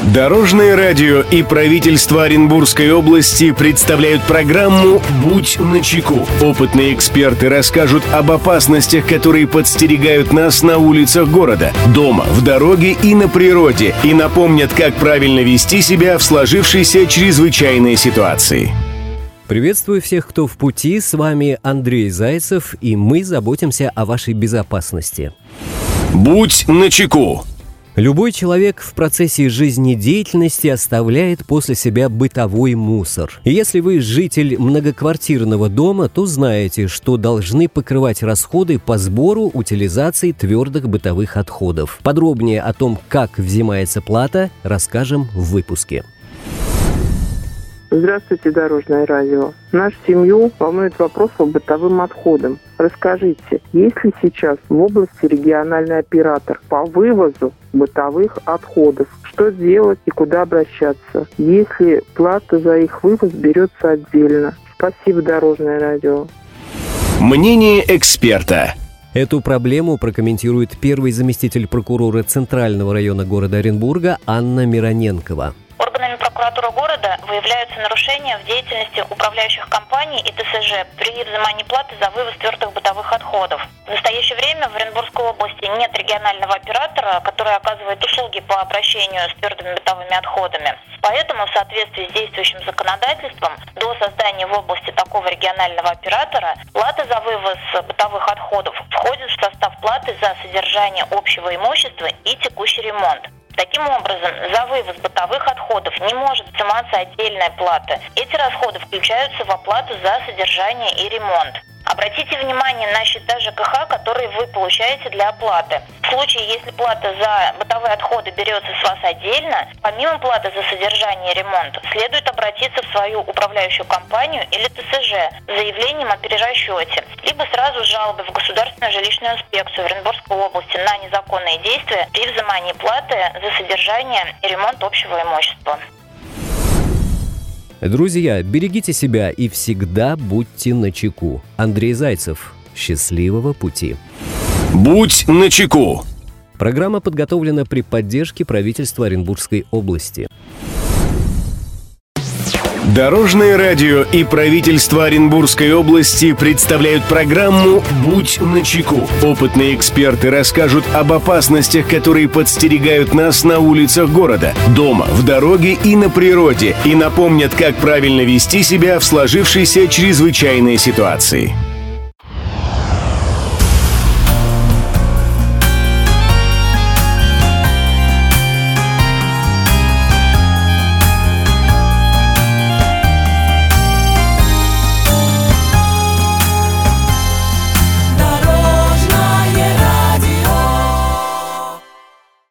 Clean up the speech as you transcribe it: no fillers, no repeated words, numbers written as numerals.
Дорожное радио и правительство Оренбургской области представляют программу «Будь начеку». Опытные эксперты расскажут об опасностях, которые подстерегают нас на улицах города, дома, в дороге и на природе, и напомнят, как правильно вести себя в сложившейся чрезвычайной ситуации. Приветствую всех, кто в пути. С вами Андрей Зайцев, и мы заботимся о вашей безопасности. Будь начеку. Любой человек в процессе жизнедеятельности оставляет после себя бытовой мусор. И если вы житель многоквартирного дома, то знаете, что должны покрывать расходы по сбору, утилизации твердых бытовых отходов. Подробнее о том, как взимается плата, расскажем в выпуске. Здравствуйте, Дорожное радио. Нашу семью волнует вопрос по бытовым отходам. Расскажите, есть ли сейчас в области региональный оператор по вывозу бытовых отходов? Что делать и куда обращаться? Если плата за их вывоз берется отдельно? Спасибо, Дорожное радио. Мнение эксперта. Эту проблему прокомментирует первый заместитель прокурора Центрального района города Оренбурга Анна Мироненкова. Органами прокуратуры города выявляются нарушения в деятельности управляющих компаний и ТСЖ при взимании платы за вывоз твердых бытовых отходов. В настоящее время в Оренбургской области нет регионального оператора, который оказывает услуги по обращению с твердыми бытовыми отходами. Поэтому в соответствии с действующим законодательством до создания в области такого регионального оператора плата за вывоз бытовых отходов входит в состав платы за содержание общего имущества и текущий ремонт. Таким образом, за вывоз бытовых отходов не может взиматься отдельная плата. Эти расходы включаются в оплату за содержание и ремонт. Обратите внимание на счета ЖКХ, которые вы получаете для оплаты. В случае, если плата за бытовые отходы берется с вас отдельно, помимо платы за содержание и ремонт, следует обратиться в свою управляющую компанию или ТСЖ с заявлением о перерасчете, либо сразу с жалобой в Государственную жилищную инспекцию в Оренбургской области на незаконные действия при взимании платы за содержание и ремонт общего имущества. Друзья, берегите себя и всегда будьте начеку. Андрей Зайцев. Счастливого пути. Будь начеку. Программа подготовлена при поддержке правительства Оренбургской области. Дорожное радио и правительство Оренбургской области представляют программу «Будь начеку». Опытные эксперты расскажут об опасностях, которые подстерегают нас на улицах города, дома, в дороге и на природе, и напомнят, как правильно вести себя в сложившейся чрезвычайной ситуации.